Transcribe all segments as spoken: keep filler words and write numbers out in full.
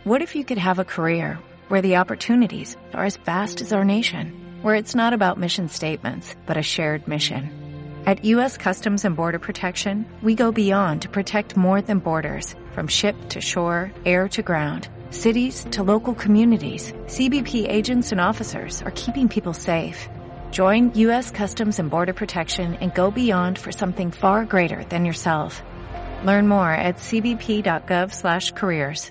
What if you could have a career where the opportunities are as vast as our nation, where it's not about mission statements, but a shared mission? At U S Customs and Border Protection, we go beyond to protect more than borders, from ship to shore, air to ground, cities to local communities. C B P agents and officers are keeping people safe. Join U S Customs and Border Protection and go beyond for something far greater than yourself. Learn more at c b p dot gov slash careers.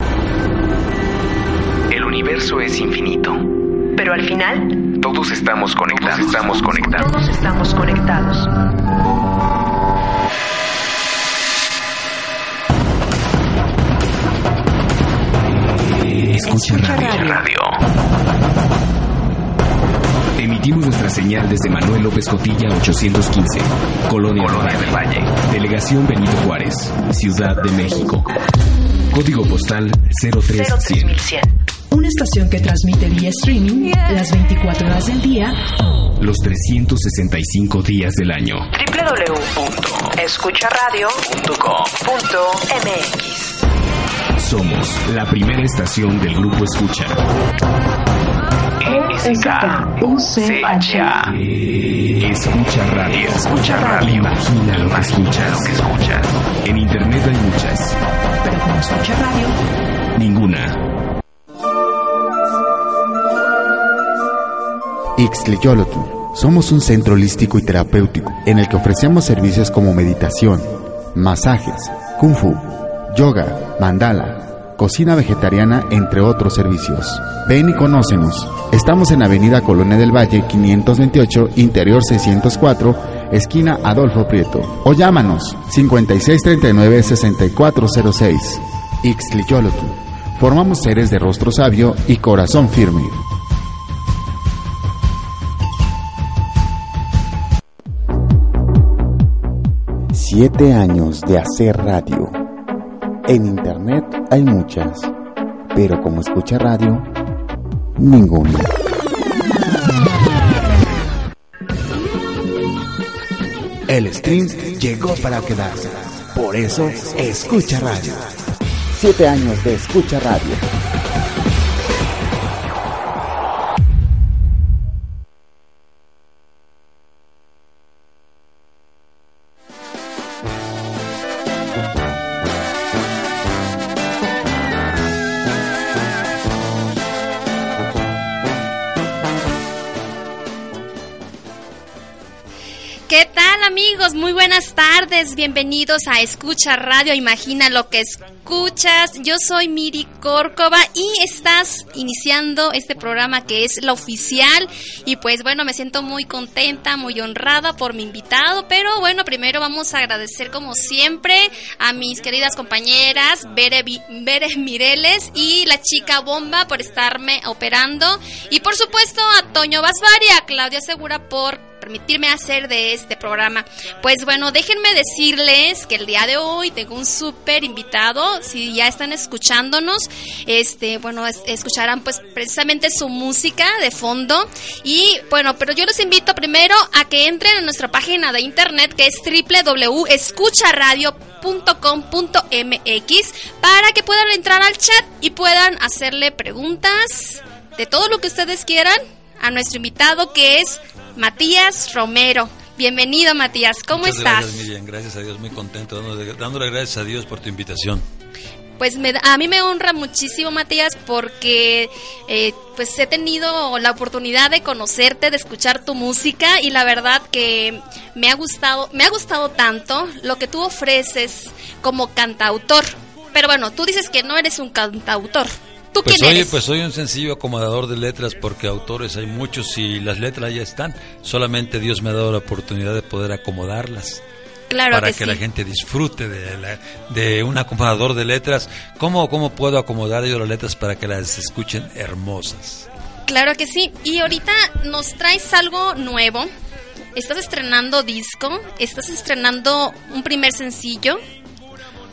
El universo es infinito, pero al final todos estamos conectados. Todos estamos conectados. Todos estamos conectados. Escucha, Escucha radio. radio. Emitimos nuestra señal desde Manuel López Cotilla ochocientos quince, Colonia, Colonia del Valle. Delegación Benito Juárez, Ciudad de México. Código postal cero tres cien. Una estación que transmite vía streaming las veinticuatro horas del día, los trescientos sesenta y cinco días del año. doble u doble u doble u punto escucha radio punto com punto m x. Somos la primera estación del grupo Escucha. E S K U C H A. Escucha radio. Escucha radio. Imagina lo que escuchas. En internet hay muchas, pero como Escucha radio, ninguna. Ixtleyolotl. Somos un centro holístico y terapéutico en el que ofrecemos servicios como meditación, masajes, kung fu, yoga, mandala, cocina vegetariana, entre otros servicios. Ven y conócenos. Estamos en Avenida Colonia del Valle quinientos veintiocho, Interior seiscientos cuatro, esquina Adolfo Prieto. O llámanos cincuenta y seis treinta y nueve, sesenta y cuatro cero seis. Ixtleyolotl. Formamos seres de rostro sabio y corazón firme. Siete años de hacer radio. En internet hay muchas, pero como Escucha radio, ninguna. El stream llegó para quedarse. Por eso, Escucha radio. Siete años de Escucha radio. Muy buenas tardes, bienvenidos a Escucha Radio, imagina lo que escuchas. Yo soy Miri Córcova y estás iniciando este programa que es La Oficial. Y pues bueno, me siento muy contenta, muy honrada por mi invitado. Pero bueno, primero vamos a agradecer como siempre a mis queridas compañeras Bere, Bere Mireles y la chica Bomba por estarme operando. Y por supuesto a Toño Basvari, a Claudia Segura por permitirme hacer de este programa. Pues bueno, déjenme decirles que el día de hoy tengo un súper invitado. Si ya están escuchándonos, este, bueno, es, escucharán pues precisamente su música de fondo. Y bueno, pero yo los invito primero a que entren a nuestra página de internet, que es doble u doble u doble u punto escucha radio punto com punto m x, para que puedan entrar al chat y puedan hacerle preguntas de todo lo que ustedes quieran a nuestro invitado, que es Matías Romero. Bienvenido, Matías, ¿cómo Muchas estás? Gracias, Miriam, gracias a Dios, muy contento, dándole, dándole gracias a Dios por tu invitación. Pues me, a mí me honra muchísimo, Matías, porque eh, pues he tenido la oportunidad de conocerte, de escuchar tu música, y la verdad que me ha gustado, me ha gustado tanto lo que tú ofreces como cantautor. Pero bueno, tú dices que no eres un cantautor. ¿Tú pues quién soy, eres? Pues soy un sencillo acomodador de letras, porque autores hay muchos y las letras ya están. Solamente Dios me ha dado la oportunidad de poder acomodarlas. Claro para que, que sí. la gente disfrute de, la, de un acomodador de letras. ¿Cómo, ¿Cómo puedo acomodar yo las letras para que las escuchen hermosas? Claro que sí. Y ahorita nos traes algo nuevo. Estás estrenando disco, estás estrenando un primer sencillo.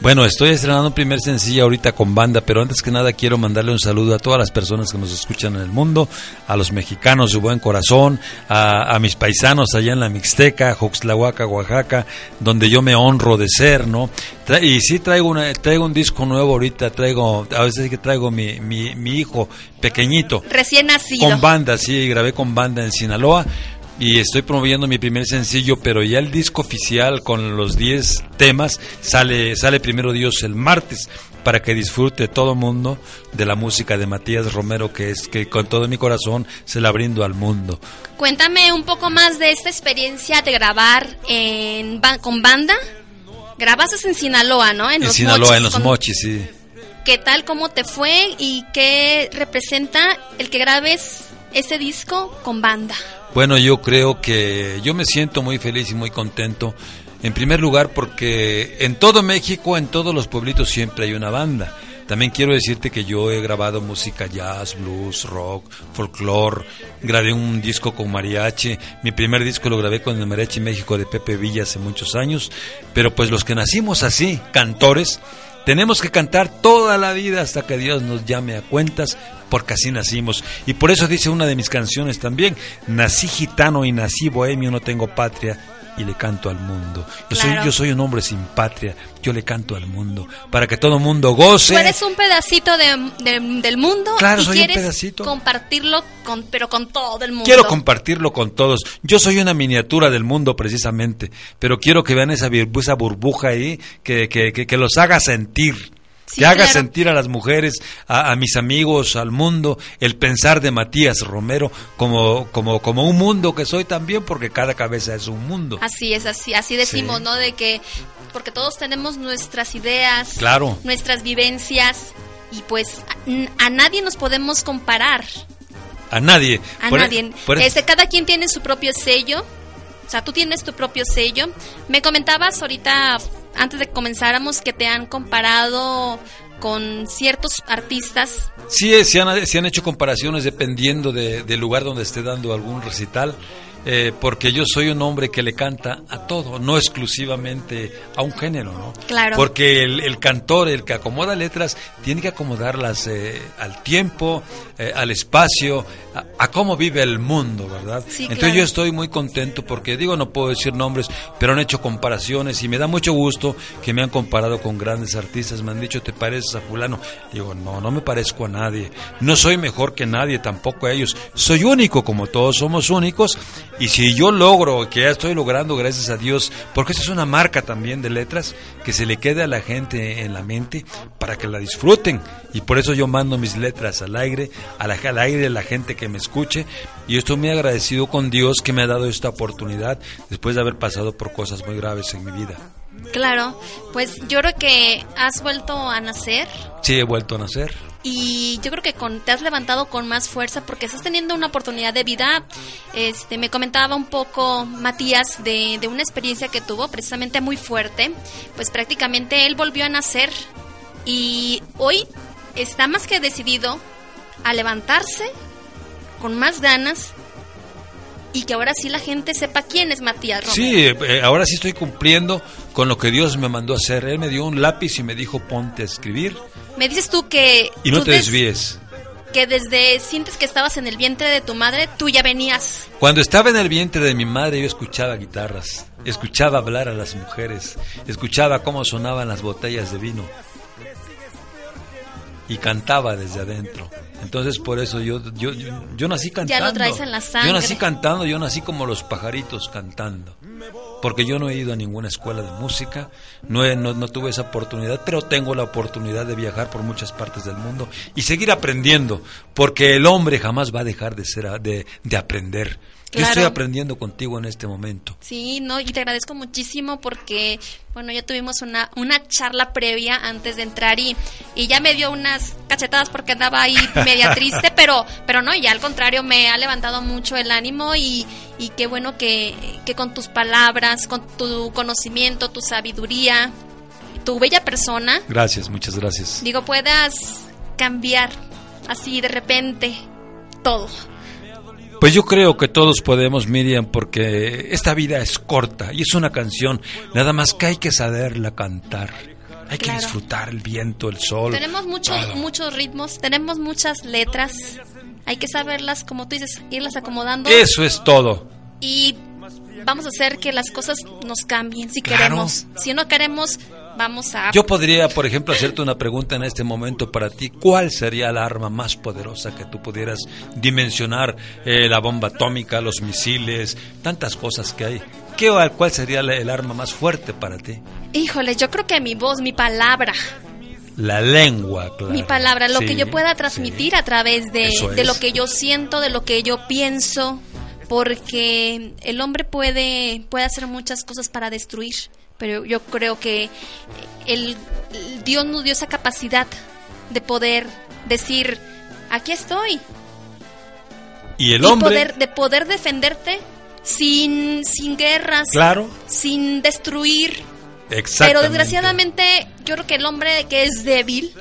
Bueno, estoy estrenando un primer sencillo ahorita con banda, pero antes que nada quiero mandarle un saludo a todas las personas que nos escuchan en el mundo, a los mexicanos de buen corazón, a, a mis paisanos allá en la Mixteca, Joxtlahuaca, Oaxaca, donde yo me honro de ser, ¿no? Tra- y sí traigo una, traigo un disco nuevo ahorita, traigo, a veces que traigo mi, mi, mi hijo pequeñito. Recién nacido. Con banda, sí, grabé con banda en Sinaloa. Y estoy promoviendo mi primer sencillo, pero ya el disco oficial con los diez temas sale sale primero Dios el martes, para que disfrute todo el mundo de la música de Matías Romero, que es que con todo mi corazón se la brindo al mundo. Cuéntame un poco más de esta experiencia de grabar en ba- con banda. Grabaste en Sinaloa, ¿no? En, En los Sinaloa, Mochis, en Los con- Mochis, sí. ¿Qué tal? ¿Cómo te fue? ¿Y qué representa el que grabes ese disco con banda? Bueno, yo creo que yo me siento muy feliz y muy contento. En primer lugar porque en todo México, en todos los pueblitos siempre hay una banda. También quiero decirte que yo he grabado música jazz, blues, rock, folclore. Grabé un disco con mariachi. Mi primer disco lo grabé con el Mariachi México de Pepe Villa hace muchos años. Pero pues los que nacimos así, cantores, tenemos que cantar toda la vida hasta que Dios nos llame a cuentas, porque así nacimos. Y por eso dice una de mis canciones también: nací gitano y nací bohemio, no tengo patria y le canto al mundo. Yo Claro. soy yo soy un hombre sin patria, yo le canto al mundo, para que todo el mundo goce. Tú eres un pedacito de, de- del mundo Claro, y soy un quieres pedacito. compartirlo con, pero con todo el mundo. Quiero compartirlo con todos. Yo soy una miniatura del mundo precisamente, pero quiero que vean esa, vir- esa burbuja ahí, que, que, que, que los haga sentir. Sí, que haga claro. sentir a las mujeres, a, a mis amigos, al mundo, el pensar de Matías Romero como, como, como un mundo que soy también, porque cada cabeza es un mundo. Así es, así, así decimos, Sí. ¿no? De que, porque todos tenemos nuestras ideas, Claro. nuestras vivencias, y pues a, a nadie nos podemos comparar, A nadie. a Por- nadie. por- Este, cada quien tiene su propio sello, o sea, tú tienes tu propio sello. Me comentabas ahorita, antes de que comenzáramos, que te han comparado con ciertos artistas. Sí, eh, se han, se han hecho comparaciones dependiendo de- del lugar donde esté dando algún recital, eh, porque yo soy un hombre que le canta a todo, no exclusivamente a un género, ¿no? Claro. Porque el, el cantor, el que acomoda letras, tiene que acomodarlas eh, al tiempo, eh, al espacio, a, a cómo vive el mundo, ¿verdad? Sí, Entonces claro. yo estoy muy contento porque, digo, no puedo decir nombres, pero han hecho comparaciones y me da mucho gusto que me han comparado con grandes artistas. Me han dicho, ¿te pareces a fulano? Digo, no, no me parezco a nadie. No soy mejor que nadie, tampoco a ellos. Soy único, como todos somos únicos. Y si yo logro, que ya estoy logrando, gracias a Dios, porque esa es una marca también de letras, que se le quede a la gente en la mente para que la disfruten. Y por eso yo mando mis letras al aire, a la, al aire de la gente que me escuche. Y yo estoy muy agradecido con Dios que me ha dado esta oportunidad después de haber pasado por cosas muy graves en mi vida. Claro, pues yo creo que has vuelto a nacer. Sí, he vuelto a nacer. Y yo creo que con, te has levantado con más fuerza porque estás teniendo una oportunidad de vida. Este, me comentaba un poco Matías de, de una experiencia que tuvo precisamente muy fuerte. Pues prácticamente él volvió a nacer y hoy está más que decidido a levantarse con más ganas y que ahora sí la gente sepa quién es Matías Romero. Sí, eh, ahora sí estoy cumpliendo con lo que Dios me mandó a hacer. Él me dio un lápiz y me dijo, ponte a escribir Me dices tú que... y no tú te des- desvíes. Que desde sientes que estabas en el vientre de tu madre, tú ya venías. Cuando estaba en el vientre de mi madre yo escuchaba guitarras, escuchaba hablar a las mujeres, escuchaba cómo sonaban las botellas de vino y cantaba desde adentro. Entonces por eso yo yo yo, yo nací cantando. Ya lo traes en la sangre. Yo nací cantando, yo nací como los pajaritos cantando. Porque yo no he ido a ninguna escuela de música, no, he, no, no tuve esa oportunidad, pero tengo la oportunidad de viajar por muchas partes del mundo y seguir aprendiendo, porque el hombre jamás va a dejar de ser de, de aprender. Yo Claro. estoy aprendiendo contigo en este momento. Sí, no, y te agradezco muchísimo porque, bueno, ya tuvimos una, una charla previa antes de entrar y, y ya me dio unas cachetadas porque andaba ahí media triste, pero, pero no, ya al contrario, me ha levantado mucho el ánimo y, y qué bueno que, que con tus palabras, con tu conocimiento, tu sabiduría, tu bella persona, Gracias, muchas gracias. digo, puedas cambiar así de repente todo. Pues yo creo que todos podemos, Miriam, porque esta vida es corta y es una canción, nada más que hay que saberla cantar. Hay que Claro. disfrutar el viento, el sol. Tenemos muchos, todo. muchos ritmos, tenemos muchas letras. Hay que saberlas, como tú dices, irlas acomodando. Eso es todo. Y vamos a hacer que las cosas nos cambien si Claro. queremos. Si no queremos, vamos a... Yo podría, por ejemplo, hacerte una pregunta en este momento para ti. ¿Cuál sería la arma más poderosa que tú pudieras dimensionar? Eh, la bomba atómica, los misiles, tantas cosas que hay. ¿Qué, ¿Cuál sería la- el arma más fuerte para ti? Híjole, yo creo que mi voz, mi palabra, La lengua, claro. mi palabra, lo Sí, que yo pueda transmitir sí. a través de, Eso de es. lo que yo siento, de lo que yo pienso, porque el hombre puede, puede hacer muchas cosas para destruir, pero yo creo que el, el Dios nos dio esa capacidad de poder decir, aquí estoy, Y el y hombre, poder, de poder defenderte sin, sin guerras, claro, sin destruir. exactamente. Pero desgraciadamente yo creo que el hombre que es débil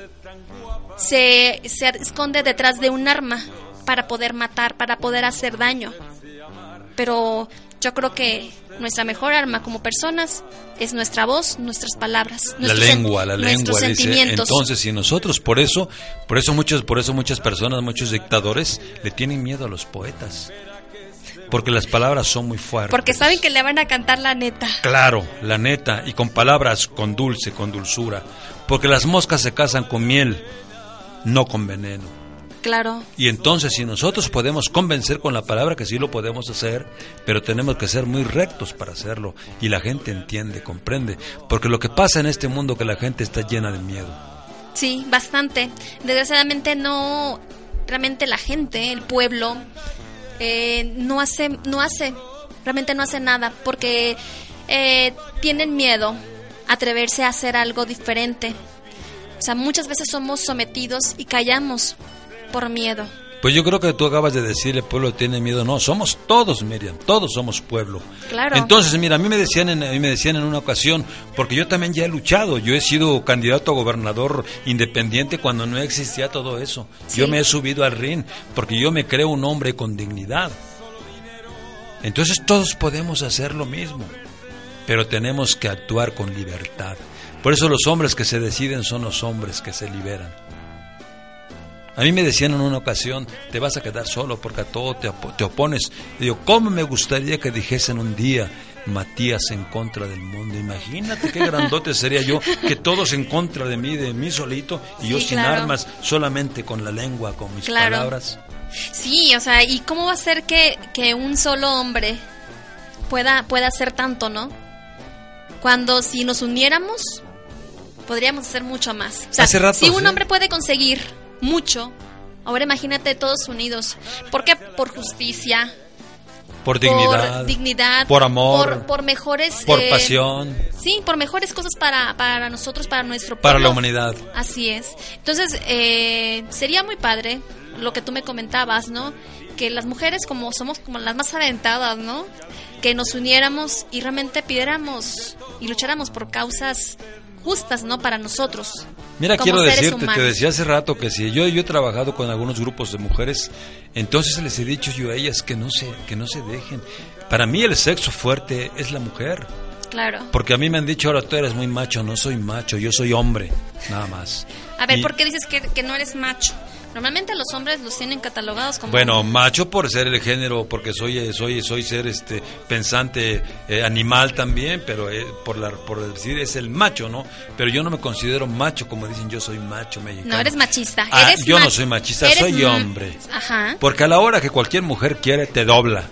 se, se esconde detrás de un arma para poder matar, para poder hacer daño. Pero yo creo que nuestra mejor arma como personas es nuestra voz, nuestras palabras, La nuestros sen- lengua, la nuestros lengua, dice. sentimientos. Entonces, si nosotros, por eso, por eso muchos, por eso muchas personas, muchos dictadores le tienen miedo a los poetas, porque las palabras son muy fuertes. Porque saben que le van a cantar la neta. Claro, la neta, y con palabras con dulce, con dulzura, porque las moscas se casan con miel, no con veneno. Claro. Y entonces, si nosotros podemos convencer con la palabra, que sí lo podemos hacer, pero tenemos que ser muy rectos para hacerlo, y la gente entiende, comprende, porque lo que pasa en este mundo es que la gente está llena de miedo. Sí, bastante. Desgraciadamente no, realmente la gente, el pueblo, eh, no hace, no hace, realmente no hace nada, porque eh, tienen miedo a atreverse a hacer algo diferente. O sea, muchas veces somos sometidos y callamos por miedo. Pues yo creo que tú acabas de decir, el pueblo tiene miedo. No, somos todos, Miriam, todos somos pueblo. Claro. Entonces, mira, a mí me decían en, a mí me decían en una ocasión, porque yo también ya he luchado, yo he sido candidato a gobernador independiente cuando no existía todo eso. Sí. Yo me he subido al ring porque yo me creo un hombre con dignidad. Entonces todos podemos hacer lo mismo, pero tenemos que actuar con libertad. Por eso los hombres que se deciden son los hombres que se liberan. A mí me decían en una ocasión, te vas a quedar solo porque a todo te, op- te opones. Y digo, ¿cómo me gustaría que dijesen un día, Matías en contra del mundo? Imagínate qué grandote sería yo, que todos en contra de mí, de mí solito, y Sí, yo sin claro. armas, solamente con la lengua, con mis Claro. palabras. Sí, o sea, ¿y cómo va a ser que, que un solo hombre pueda, pueda hacer tanto, no? Cuando si nos uniéramos, podríamos hacer mucho más. O sea, Hace rato, si un sí. hombre puede conseguir mucho, ahora imagínate todos unidos. ¿Por qué? Por justicia, Por dignidad, por dignidad, por amor, por, por mejores... por eh, pasión, Sí, por mejores cosas para, para nosotros, para nuestro pueblo. para la humanidad. Así es. Entonces, eh, sería muy padre lo que tú me comentabas, ¿no? Que las mujeres, como somos como las más aventadas, ¿no? Que nos uniéramos y realmente pidiéramos y lucháramos por causas justas, ¿no? Para nosotros. Mira, como quiero seres decirte, te humanos. decía hace rato que si yo, yo he trabajado con algunos grupos de mujeres, entonces les he dicho yo a ellas que no se, que no se dejen. Para mí el sexo fuerte es la mujer, Claro. porque a mí me han dicho, ahora tú eres muy macho. No soy macho, yo soy hombre, nada más. A ver, Y- ¿por qué dices que, que no eres macho? Normalmente los hombres los tienen catalogados como... Bueno, macho por ser el género, porque soy eh, soy soy ser este pensante eh, animal también, pero eh, por la por decir es el macho, ¿no? Pero yo no me considero macho, como dicen, yo soy macho mexicano. No, eres machista. Ah, Eres yo no mach- soy machista, eres soy m- hombre. Ajá. Porque a la hora que cualquier mujer quiere, te dobla.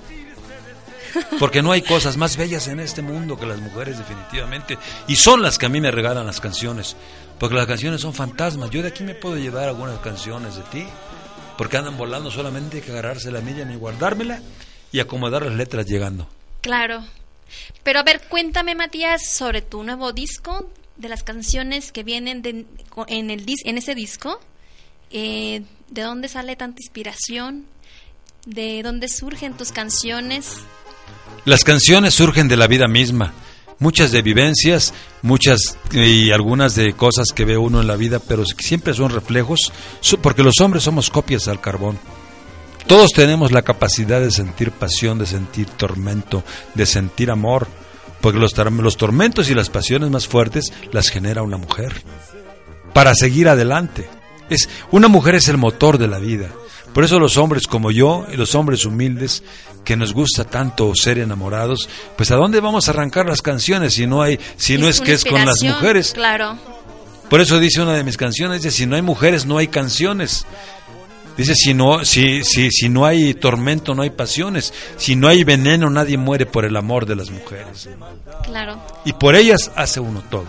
Porque no hay cosas más bellas en este mundo que las mujeres, definitivamente. Y son las que a mí me regalan las canciones. Porque las canciones son fantasmas. Yo de aquí me puedo llevar algunas canciones de ti. Porque andan volando, solamente hay que agarrarse la milla y guardármela y acomodar las letras llegando. Claro. Pero a ver, cuéntame, Matías, sobre tu nuevo disco, de las canciones que vienen de- en, el, dis- en ese disco. Eh, ¿De dónde sale tanta inspiración? ¿De dónde surgen tus canciones? Las canciones surgen de la vida misma, muchas de vivencias, muchas y algunas de cosas que ve uno en la vida, pero siempre son reflejos, su- porque los hombres somos copias al carbón. Todos tenemos la capacidad de sentir pasión, de sentir tormento, de sentir amor, porque los, los tormentos y las pasiones más fuertes las genera una mujer, para seguir adelante. Es, una mujer es el motor de la vida. Por eso los hombres como yo, y los hombres humildes, que nos gusta tanto ser enamorados, pues ¿a dónde vamos a arrancar las canciones si no hay, si no es, es que es con las mujeres? Claro. Por eso dice una de mis canciones, dice, si no hay mujeres no hay canciones. Dice, si no, si, si, si no hay tormento no hay pasiones, si no hay veneno nadie muere por el amor de las mujeres. Claro. Y por ellas hace uno todo.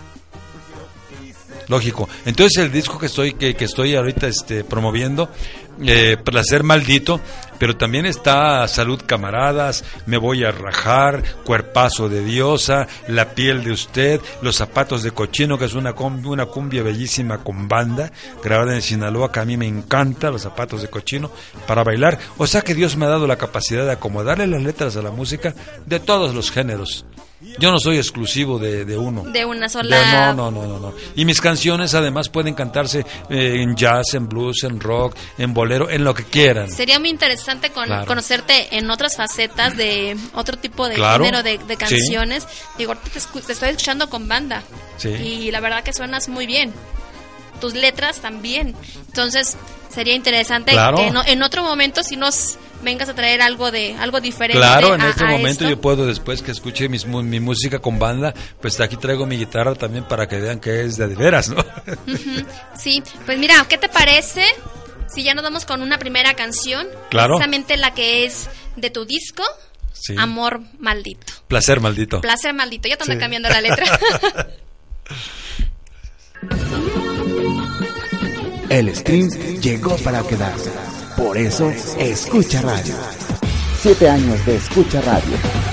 Lógico. Entonces el disco que estoy que, que estoy ahorita este promoviendo, eh, Placer Maldito, pero también está Salud Camaradas, Me Voy a Rajar, Cuerpazo de Diosa, La Piel de Usted, Los Zapatos de Cochino, que es una cumbia, una cumbia bellísima con banda, grabada en Sinaloa, que a mí me encanta, Los Zapatos de Cochino, para bailar. O sea que Dios me ha dado la capacidad de acomodarle las letras a la música de todos los géneros. Yo no soy exclusivo de, de uno. De una sola. De, no, no, no, no, no. Y mis canciones además pueden cantarse eh, en jazz, en blues, en rock, en bolero, en lo que quieran. Sería muy interesante con, claro. conocerte en otras facetas de otro tipo de claro. género de, de canciones. Sí. Digo, ahorita te, escu- te estoy escuchando con banda. Sí. Y la verdad que suenas muy bien. Tus letras también. Entonces, sería interesante claro. que no, en otro momento si nos vengas a traer algo de algo diferente. Claro, en a, este a momento esto. yo puedo, después que escuche mis, mi música con banda, pues aquí traigo mi guitarra también para que vean que es de veras, ¿no? Uh-huh. Sí, pues mira, ¿qué te parece si ya nos vamos con una primera canción? Claro. Precisamente la que es de tu disco, sí. Amor Maldito. Placer Maldito. Placer Maldito, ya te ando sí. cambiando la letra. El stream llegó para quedarse. Por eso, Escucha Radio. Siete años de Escucha Radio.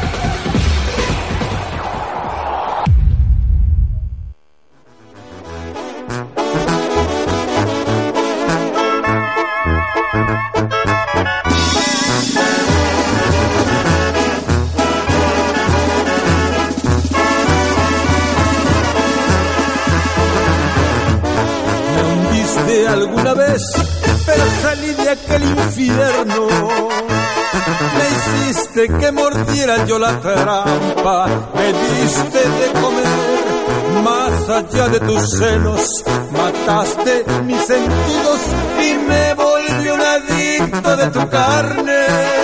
Alguna vez, pero salí de aquel infierno. Me hiciste que mordiera yo la trampa, me diste de comer más allá de tus senos, mataste mis sentidos y me volví un adicto de tu carne.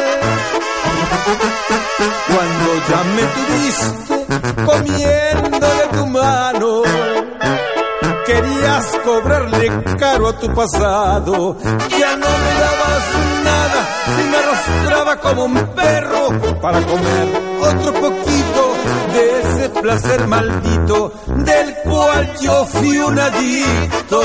Cuando ya me tuviste comiendo de tu mano, querías cobrarle caro a tu pasado. Ya no me dabas nada y me arrastraba como un perro para comer otro poquito de ese placer maldito del cual yo fui un adicto.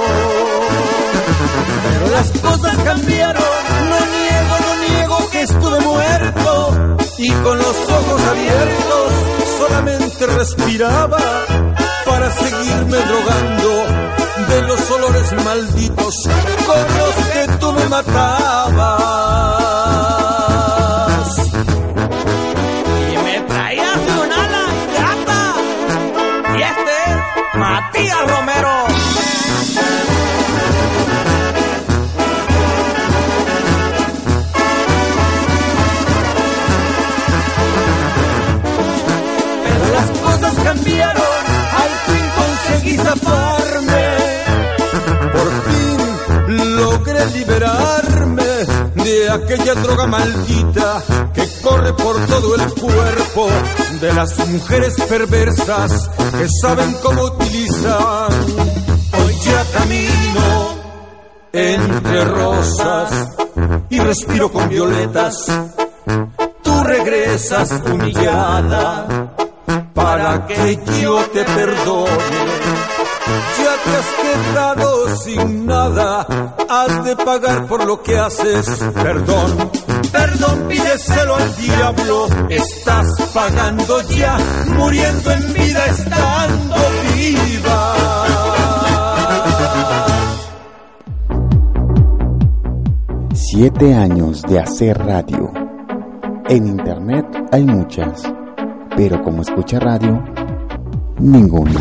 Pero las cosas cambiaron, no niego, no niego que estuve muerto y con los ojos abiertos solamente respiraba para seguirme drogando de los olores malditos con los que tú me matabas. Y me traías un ala ingrata. Y este es Matías Romero. Pero las cosas cambiaron. Conseguí zafarme, por fin logré liberarme de aquella droga maldita que corre por todo el cuerpo de las mujeres perversas que saben cómo utilizan. Hoy ya camino entre rosas y respiro con violetas. Tú regresas humillada para que yo te perdone. Ya te has quedado sin nada, has de pagar por lo que haces. Perdón, perdón, pídeselo al diablo. Estás pagando ya, muriendo en vida, estando viva. Siete años de hacer radio. En internet hay muchas, pero como escucha radio, ninguna.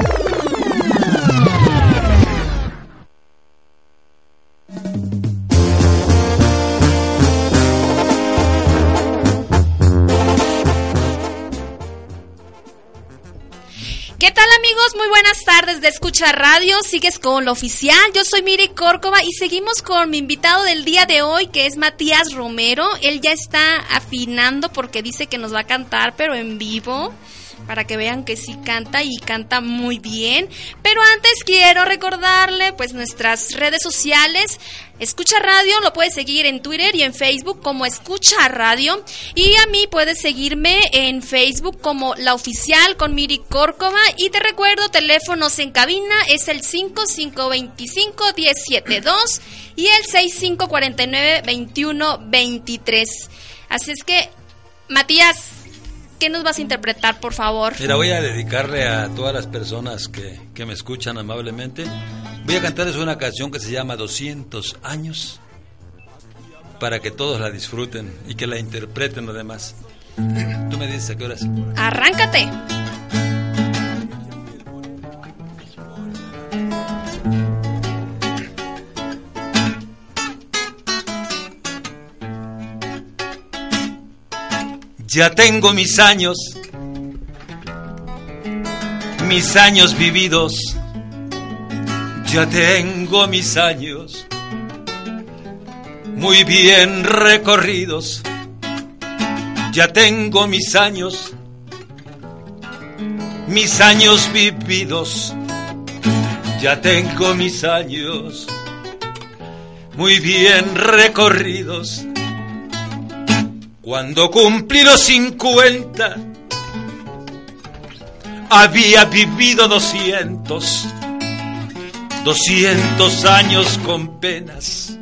amigos, muy buenas tardes de Escucha Radio. Sigues con lo oficial. Yo soy Miri Córcova y seguimos con mi invitado del día de hoy, que es Matías Romero. Él ya está afinando porque dice que nos va a cantar, pero en vivo, para que vean que sí canta y canta muy bien. Pero antes quiero recordarle pues nuestras redes sociales. Escucha Radio, lo puedes seguir en Twitter y en Facebook como Escucha Radio. Y a mí puedes seguirme en Facebook como La Oficial con Miri Córcova. Y te recuerdo, teléfonos en cabina es el cinco cinco dos cinco, uno cero siete dos y el seis cinco cuatro nueve, dos uno dos tres. Así es que, Matías, ¿qué nos vas a interpretar, por favor? Mira, voy a dedicarle a todas las personas que, que me escuchan amablemente. Voy a cantarles una canción que se llama doscientos años, para que todos la disfruten y que la interpreten los demás. Tú me dices a qué horas. ¡Arráncate! Ya tengo mis años, mis años vividos. Ya tengo mis años muy bien recorridos. Ya tengo mis años, mis años vividos. Ya tengo mis años muy bien recorridos. Cuando cumplí los cincuenta, había vivido doscientos, doscientos años con penas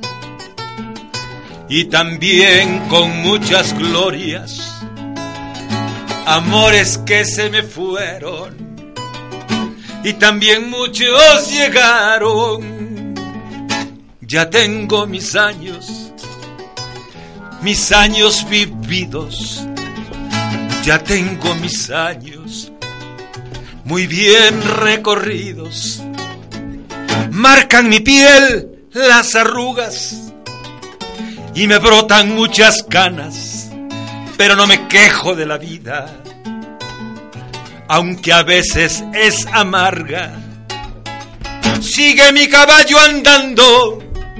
y también con muchas glorias, amores que se me fueron y también muchos llegaron. Ya tengo mis años, mis años vividos, ya tengo mis años muy bien recorridos. Marcan mi piel las arrugas y me brotan muchas canas, pero no me quejo de la vida, aunque a veces es amarga. Sigue mi caballo andando,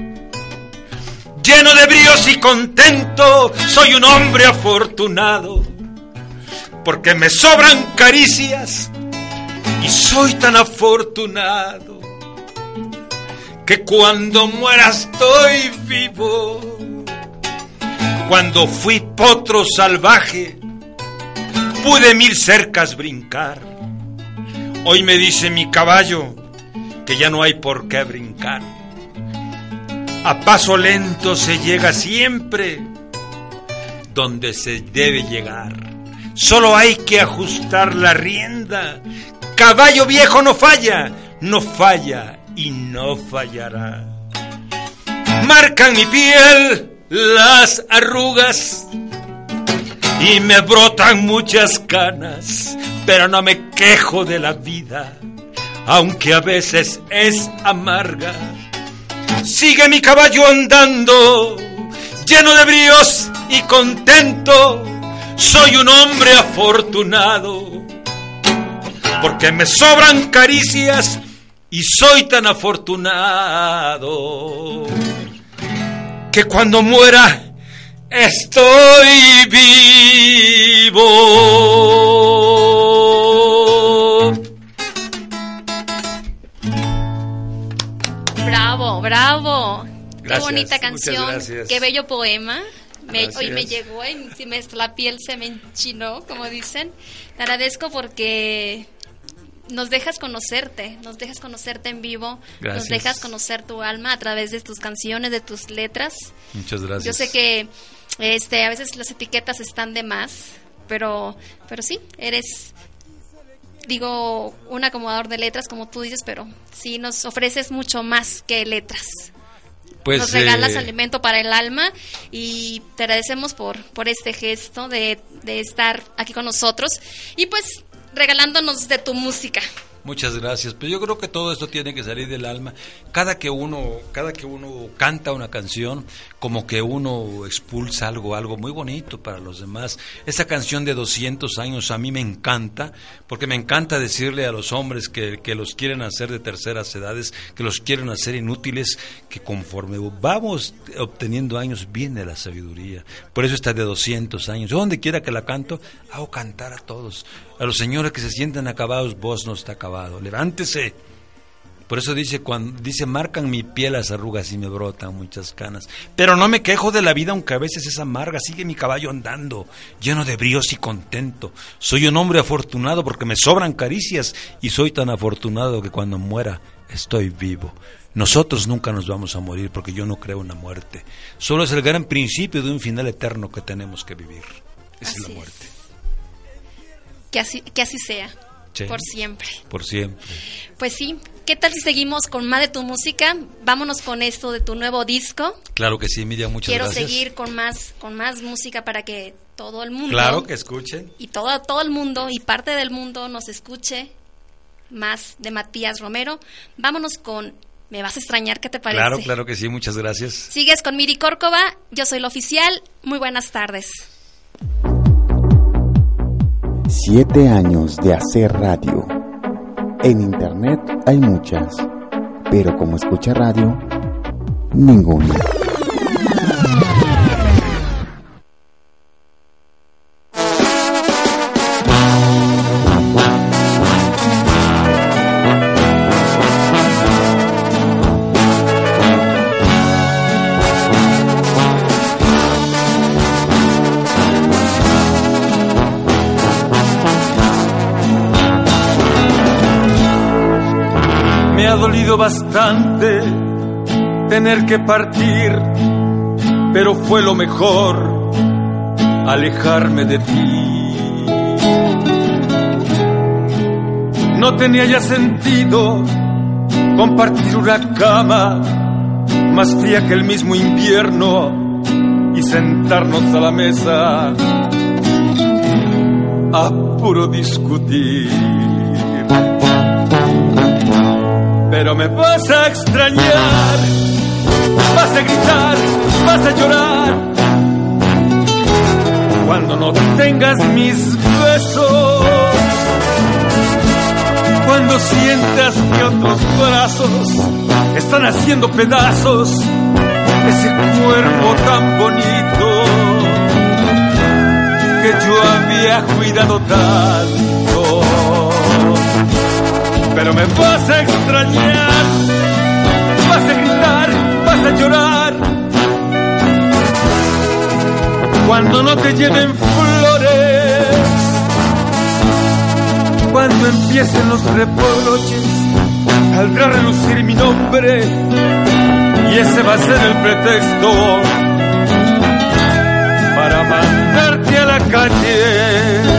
lleno de bríos y contento. Soy un hombre afortunado, porque me sobran caricias y soy tan afortunado que cuando muera estoy vivo. Cuando fui potro salvaje, pude mil cercas brincar. Hoy me dice mi caballo que ya no hay por qué brincar. A paso lento se llega siempre donde se debe llegar. Solo hay que ajustar la rienda. Caballo viejo no falla, no falla y no fallará. Marcan mi piel las arrugas y me brotan muchas canas, pero no me quejo de la vida, aunque a veces es amarga. Sigue mi caballo andando, lleno de bríos y contento. Soy un hombre afortunado, porque me sobran caricias y soy tan afortunado que cuando muera estoy vivo. Bravo, bravo. Gracias, qué bonita canción, qué bello poema. Me, hoy me llegó y si me, la piel se me enchinó, como dicen. Te agradezco porque nos dejas conocerte, nos dejas conocerte en vivo. Gracias. Nos dejas conocer tu alma a través de tus canciones, de tus letras. Muchas gracias. Yo sé que este a veces las etiquetas están de más, pero pero sí, eres, digo, un acomodador de letras, como tú dices, pero sí nos ofreces mucho más que letras. Pues, nos regalas eh... alimento para el alma y te agradecemos por, por este gesto de, de estar aquí con nosotros y pues regalándonos de tu música. Muchas gracias. Pero yo creo que todo esto tiene que salir del alma. Cada que uno, cada que uno canta una canción, como que uno expulsa algo, algo muy bonito para los demás. Esa canción de doscientos años a mí me encanta, porque me encanta decirle a los hombres que, que los quieren hacer de terceras edades, que los quieren hacer inútiles, que conforme vamos obteniendo años viene la sabiduría. Por eso está de doscientos años. Yo donde quiera que la canto, hago cantar a todos. A los señores que se sienten acabados, vos no está acabado. Levántese. Por eso dice, cuando dice, marcan mi piel las arrugas y me brotan muchas canas. Pero no me quejo de la vida, aunque a veces es amarga. Sigue mi caballo andando, lleno de bríos y contento. Soy un hombre afortunado porque me sobran caricias, y soy tan afortunado que cuando muera estoy vivo. Nosotros nunca nos vamos a morir, porque yo no creo en la muerte. Solo es el gran principio de un final eterno que tenemos que vivir. Esa es la muerte. Que así, que así sea, sí, por siempre. Por siempre. Pues sí, ¿qué tal si seguimos con más de tu música? Vámonos con esto de tu nuevo disco. Claro que sí, Miriam, muchas Quiero gracias. Quiero seguir con más, con más música para que todo el mundo... Claro, que escuchen. Y todo, todo el mundo y parte del mundo nos escuche más de Matías Romero. Vámonos con Me vas a extrañar, ¿qué te parece? Claro, claro que sí, muchas gracias. Sigues con Miri Córcova, yo soy la oficial. Muy buenas tardes. Siete años de hacer radio. En internet hay muchas, pero como escucha radio, ninguna. Bastante tener que partir, pero fue lo mejor alejarme de ti. No tenía ya sentido compartir una cama más fría que el mismo invierno y sentarnos a la mesa a puro discutir. Pero me vas a extrañar, vas a gritar, vas a llorar cuando no tengas mis besos, cuando sientas que otros brazos están haciendo pedazos ese cuerpo tan bonito que yo había cuidado tanto. Pero me vas a extrañar, vas a gritar, vas a llorar cuando no te lleven flores, cuando empiecen los reproches, saldrá a relucir mi nombre y ese va a ser el pretexto para mandarte a la calle.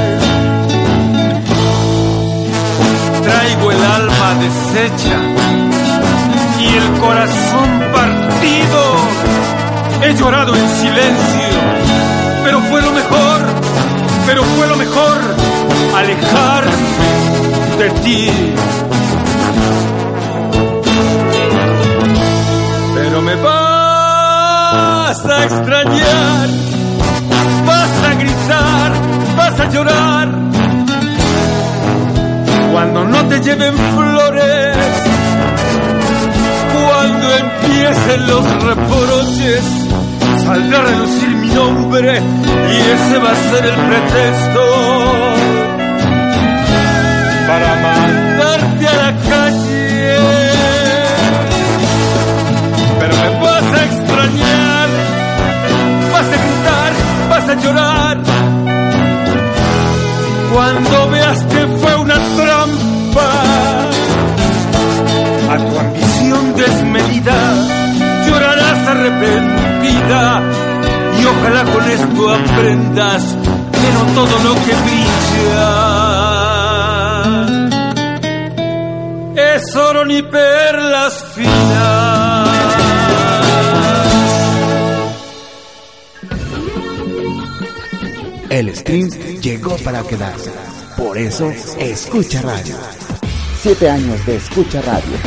Traigo el alma deshecha y el corazón partido. He llorado en silencio, pero fue lo mejor, pero fue lo mejor alejarme de ti. Pero me vas a extrañar, vas a gritar, vas a llorar cuando no te lleven flores, cuando empiecen los reproches, saldrá a relucir mi nombre y ese va a ser el pretexto para mandarte a la calle. Pero me vas a extrañar, vas a gritar, vas a llorar cuando veas que fue una trampa a tu ambición desmedida, llorarás arrepentida y ojalá con esto aprendas que no todo lo que brilla es oro ni perlas finas. El stream llegó para quedarse. Por eso, escucha radio. Siete años de Escucha Radio.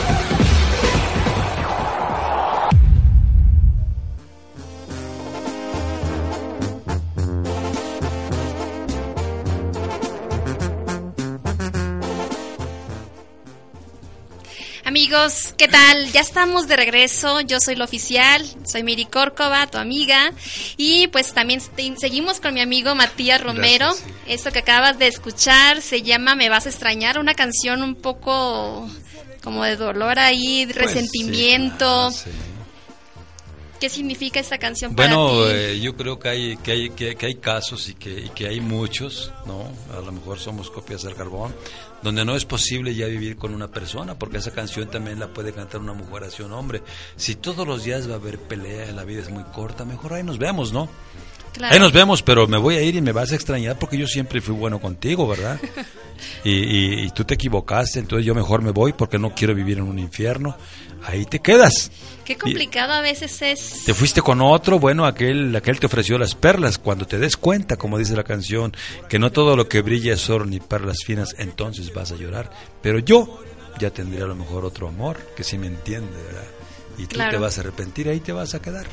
Amigos, ¿qué tal? Ya estamos de regreso. Yo soy la oficial, soy Miri Córcova, tu amiga. Y pues también seguimos con mi amigo Matías Romero. Gracias, sí. Esto que acabas de escuchar se llama Me vas a extrañar, una canción un poco como de dolor ahí, de Pues, resentimiento. Sí, claro, sí. ¿Qué significa esta canción para Bueno, ti? eh, yo creo que hay que hay que, que hay casos y que y que hay muchos, ¿no? A lo mejor somos copias del carbón, donde no es posible ya vivir con una persona, porque esa canción también la puede cantar una mujer hacia un hombre. Si todos los días va a haber pelea, la vida es muy corta, mejor ahí nos vemos, ¿no? Claro. Ahí nos vemos, pero me voy a ir y me vas a extrañar porque yo siempre fui bueno contigo, ¿verdad? Y, y, y tú te equivocaste, entonces yo mejor me voy porque no quiero vivir en un infierno. Ahí te quedas. Qué complicado a veces es. Te fuiste con otro, bueno, aquel, aquel te ofreció las perlas. Cuando te des cuenta, como dice la canción, que no todo lo que brilla es oro ni perlas finas, entonces vas a llorar. Pero yo ya tendría a lo mejor otro amor, que sí me entiende, ¿verdad? Y tú Claro. te vas a arrepentir, ahí te vas a quedar.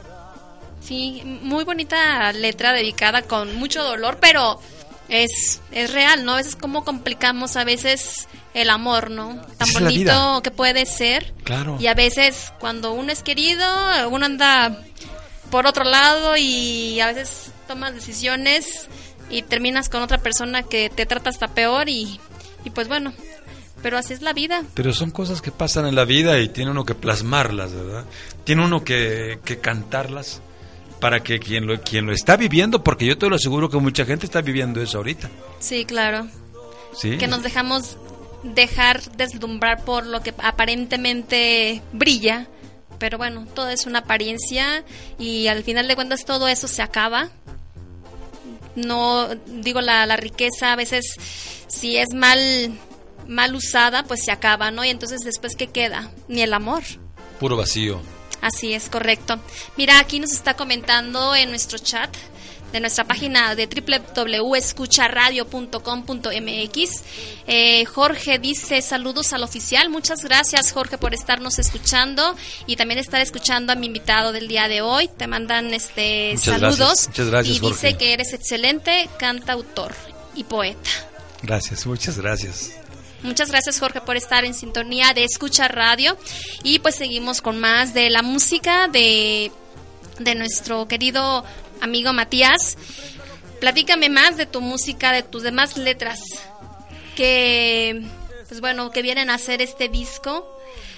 Sí, muy bonita letra dedicada con mucho dolor, pero es, es real, ¿no? A veces cómo complicamos a veces el amor, ¿no? Tan Esa es la bonito vida. que puede ser. Claro. Y a veces cuando uno es querido, uno anda por otro lado y a veces tomas decisiones y terminas con otra persona que te trata hasta peor y, y pues bueno, pero así es la vida. Pero son cosas que pasan en la vida y tiene uno que plasmarlas, ¿verdad? Tiene uno que, que cantarlas para que quien lo, quien lo está viviendo, porque yo te lo aseguro que mucha gente está viviendo eso ahorita. Sí, claro. ¿Sí? Que nos dejamos dejar deslumbrar por lo que aparentemente brilla, pero bueno, todo es una apariencia y al final de cuentas todo eso se acaba. No digo la, la riqueza a veces si es mal mal usada pues se acaba, ¿no? Y entonces después ¿qué queda? Ni el amor. Puro vacío. Así es, correcto. Mira, aquí nos está comentando en nuestro chat de nuestra página de doble u doble u doble u punto escucha radio punto com punto m x. Eh, Jorge dice, saludos al oficial. Muchas gracias, Jorge, por estarnos escuchando y también estar escuchando a mi invitado del día de hoy. Te mandan este Muchas saludos. gracias. Muchas gracias, y dice Jorge. que eres excelente cantautor y poeta. Gracias, muchas gracias. Muchas gracias, Jorge, por estar en sintonía de Escucha Radio. Y pues seguimos con más de la música de, de nuestro querido amigo Matías. Platícame más de tu música, de tus demás letras que, pues bueno, que vienen a hacer este disco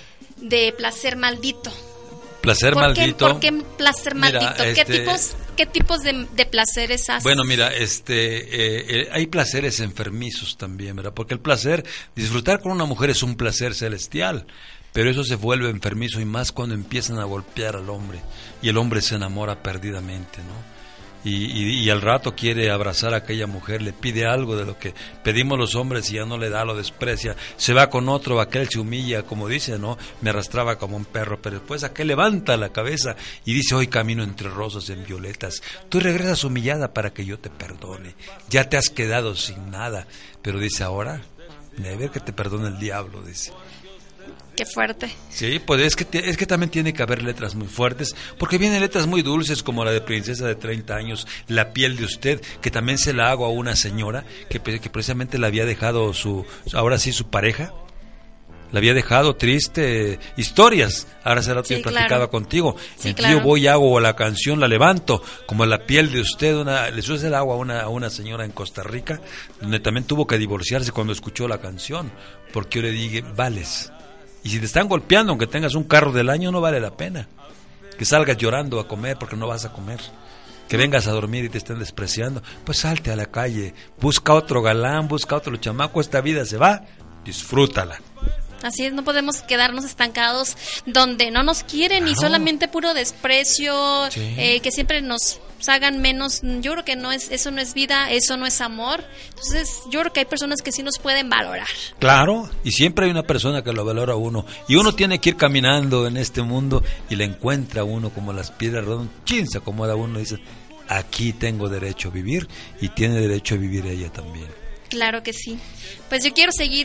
de Placer Maldito. Placer ¿Por qué, maldito. ¿Por qué placer Mira, maldito? ¿Qué este- tipos, qué tipos de, de placeres haces? Bueno, mira, este, eh, eh, hay placeres enfermizos también, ¿verdad? Porque el placer, disfrutar con una mujer es un placer celestial, pero eso se vuelve enfermizo y más cuando empiezan a golpear al hombre y el hombre se enamora perdidamente, ¿no? Y, y, y al rato quiere abrazar a aquella mujer, le pide algo de lo que pedimos los hombres y ya no le da, lo desprecia, se va con otro, aquel se humilla, como dice, ¿no? Me arrastraba como un perro, pero después aquel levanta la cabeza y dice, hoy camino entre rosas en violetas, tú regresas humillada para que yo te perdone, ya te has quedado sin nada, pero dice ahora, never que te perdone el diablo, dice. Qué fuerte. Sí, pues es que, te- es que también tiene que haber letras muy fuertes, porque vienen letras muy dulces como la de Princesa de treinta años, La piel de usted, que también se la hago a una señora que, pre- que precisamente la había dejado su, ahora sí su pareja, la había dejado triste, historias, ahora se la Sí, he claro. platicado contigo, Sí, entonces claro. yo voy y hago la canción, la levanto, como La piel de usted, una, le suce el agua a una, a una señora en Costa Rica, donde también tuvo que divorciarse cuando escuchó la canción, porque yo le dije, vales. Y si te están golpeando, aunque tengas un carro del año, no vale la pena. Que salgas llorando a comer porque no vas a comer. Que vengas a dormir y te estén despreciando. Pues salte a la calle, busca otro galán, busca otro chamaco. Esta vida se va, disfrútala. Así es, no podemos quedarnos estancados donde no nos quieren y Claro. solamente puro desprecio, Sí. eh, que siempre nos hagan menos. Yo creo que no es, eso no es vida, eso no es amor. Entonces, yo creo que hay personas que sí nos pueden valorar. Claro, y siempre hay una persona que lo valora a uno. Y uno tiene que ir caminando en este mundo y la encuentra uno como las piedras redondas. Chin, se acomoda uno y dice, aquí tengo derecho a vivir y tiene derecho a vivir ella también. Claro que sí. Pues yo quiero seguir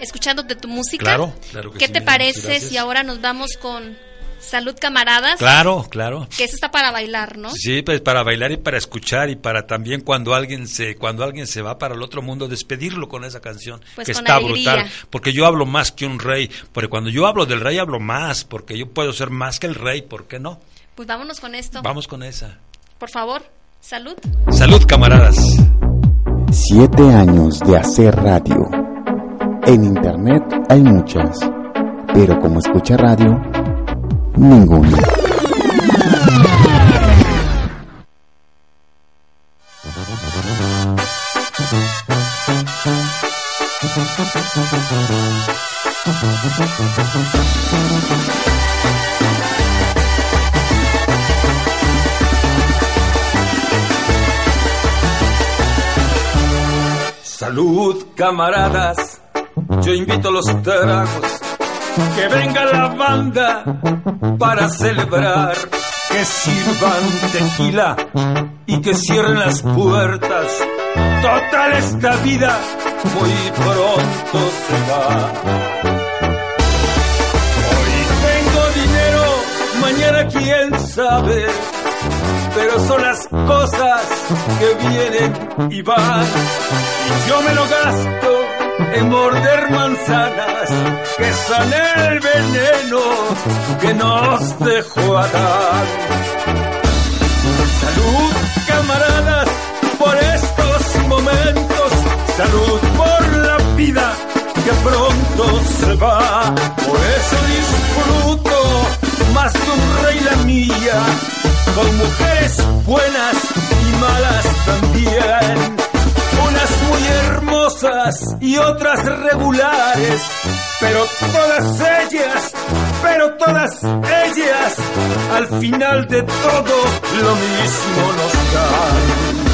escuchando de tu música. Claro, claro que ¿Qué sí, te mira, parece gracias. si ahora nos vamos con Salud, Camaradas? Claro, claro. Que eso está para bailar, ¿no? Sí, pues para bailar y para escuchar y para también cuando alguien se cuando alguien se va para el otro mundo despedirlo con esa canción, Pues que con está alegría. brutal, porque yo hablo más que un rey, porque cuando yo hablo del rey hablo más, porque yo puedo ser más que el rey, ¿por qué no? Pues vámonos con esto. Vamos con esa. Por favor, salud. Salud, camaradas. Siete años de hacer radio. En internet hay muchas, pero como escucha radio, ninguna. Salud, camaradas, yo invito a los tragos, que venga la banda para celebrar, que sirvan tequila y que cierren las puertas. Total, esta vida muy pronto se va. Hoy tengo dinero, mañana quién sabe, pero son las cosas que vienen y van. Y yo me lo gasto en morder manzanas, que son el veneno que nos dejó Adán. Salud, camaradas, por estos momentos. Salud por la vida que pronto se va. Por eso disfruto más que un rey la mía, con mujeres buenas y malas también. Unas muy hermosas y otras regulares, pero todas ellas, pero todas ellas, al final de todo lo mismo nos dan.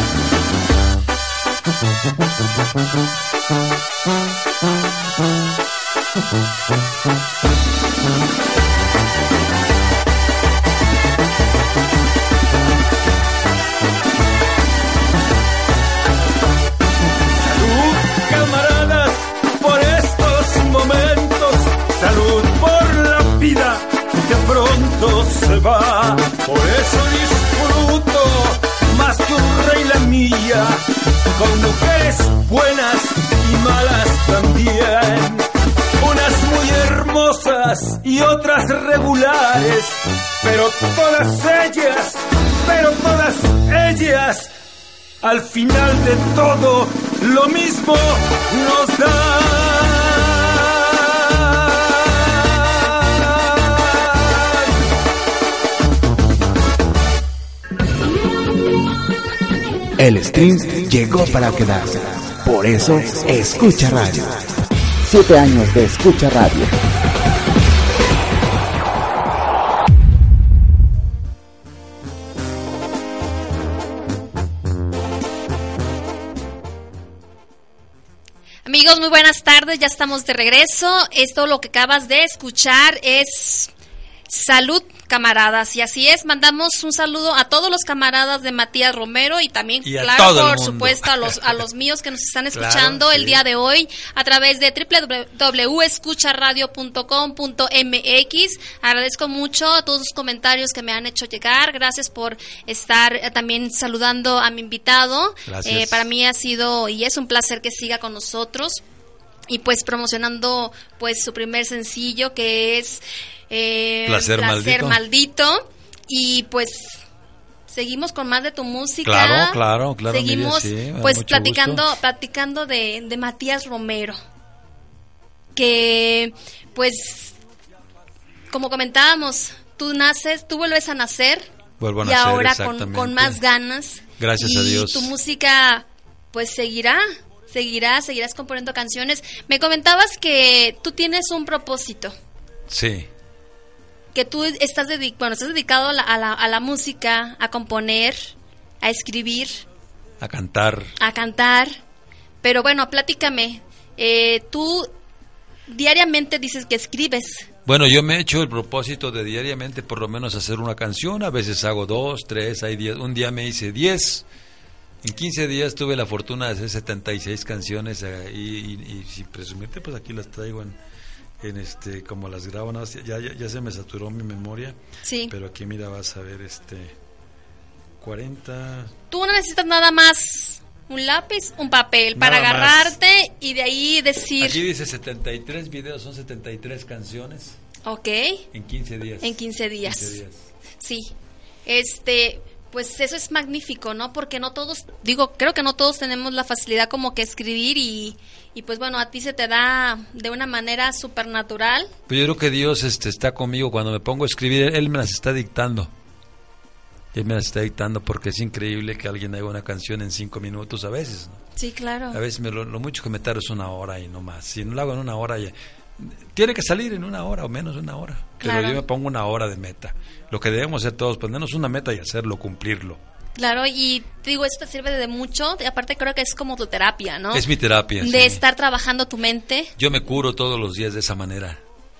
Salud por la vida que pronto se va. Por eso disfruto más que un rey la mía, con mujeres buenas y malas también. Unas muy hermosas y otras regulares, pero todas ellas, pero todas ellas, al final de todo lo mismo nos dan. El stream llegó para quedarse. Por eso, escucha radio. Siete años de escucha radio. Amigos, muy buenas tardes, ya estamos de regreso. Esto lo que acabas de escuchar es Salud, Camaradas, y así es, mandamos un saludo a todos los camaradas de Matías Romero y también, y claro, por supuesto, a los a los míos que nos están escuchando claro, el sí. día de hoy a través de doble u doble u doble u punto escucha radio punto com punto m x. Agradezco mucho a todos los comentarios que me han hecho llegar, gracias por estar eh, también saludando a mi invitado. Eh, para mí ha sido y es un placer que siga con nosotros y pues promocionando pues su primer sencillo que es Eh, placer, placer maldito. maldito y pues seguimos con más de tu música. Claro, claro, claro. Seguimos Miriam, sí, pues platicando, gusto. platicando de, de Matías Romero, que pues como comentábamos, tú naces, tú vuelves a nacer. Vuelvo a y nacer, ahora con, con más ganas. Gracias y a Dios. Tu música pues seguirá, seguirá, seguirás componiendo canciones. Me comentabas que tú tienes un propósito. Sí. Que tú estás, dedic- bueno, estás dedicado a la, a, la, a la música, a componer, a escribir, a cantar, a cantar. Pero bueno, platícame. Eh, tú diariamente dices que escribes. Bueno, yo me he hecho el propósito de diariamente por lo menos hacer una canción. A veces hago dos, tres, hay diez. Un día me hice diez En quince días tuve la fortuna de hacer setenta y seis canciones eh, y, y, y sin presumirte, pues aquí las traigo en, en este, como las grabo, ¿no? ya, ya, ya se me saturó mi memoria, sí. Pero aquí mira, vas a ver este cuarenta. Tú no necesitas nada más, un lápiz, un papel, para Nada agarrarte más. Y de ahí decir. Aquí dice setenta y tres videos, son setenta y tres canciones. Ok. En quince días. En quince días. quince días. Sí. Este, pues eso es magnífico, ¿no? Porque no todos, digo, creo que no todos tenemos la facilidad como que escribir y, y pues bueno, a ti se te da de una manera supernatural. Pues yo creo que Dios este, está conmigo cuando me pongo a escribir, Él me las está dictando. Él me las está dictando porque es increíble que alguien haga una canción en cinco minutos a veces, ¿no? Sí, claro. A veces me lo, lo mucho que me tardo es una hora y no más. Si no lo hago en una hora, ya, tiene que salir en una hora o menos de una hora. Pero Claro. yo me pongo una hora de meta. Lo que debemos hacer todos, ponernos una meta y hacerlo, cumplirlo. Claro, y digo, esto te sirve de mucho, y aparte creo que es como tu terapia, ¿no? Es mi terapia. De sí. estar trabajando tu mente, Yo me curo todos los días de esa manera.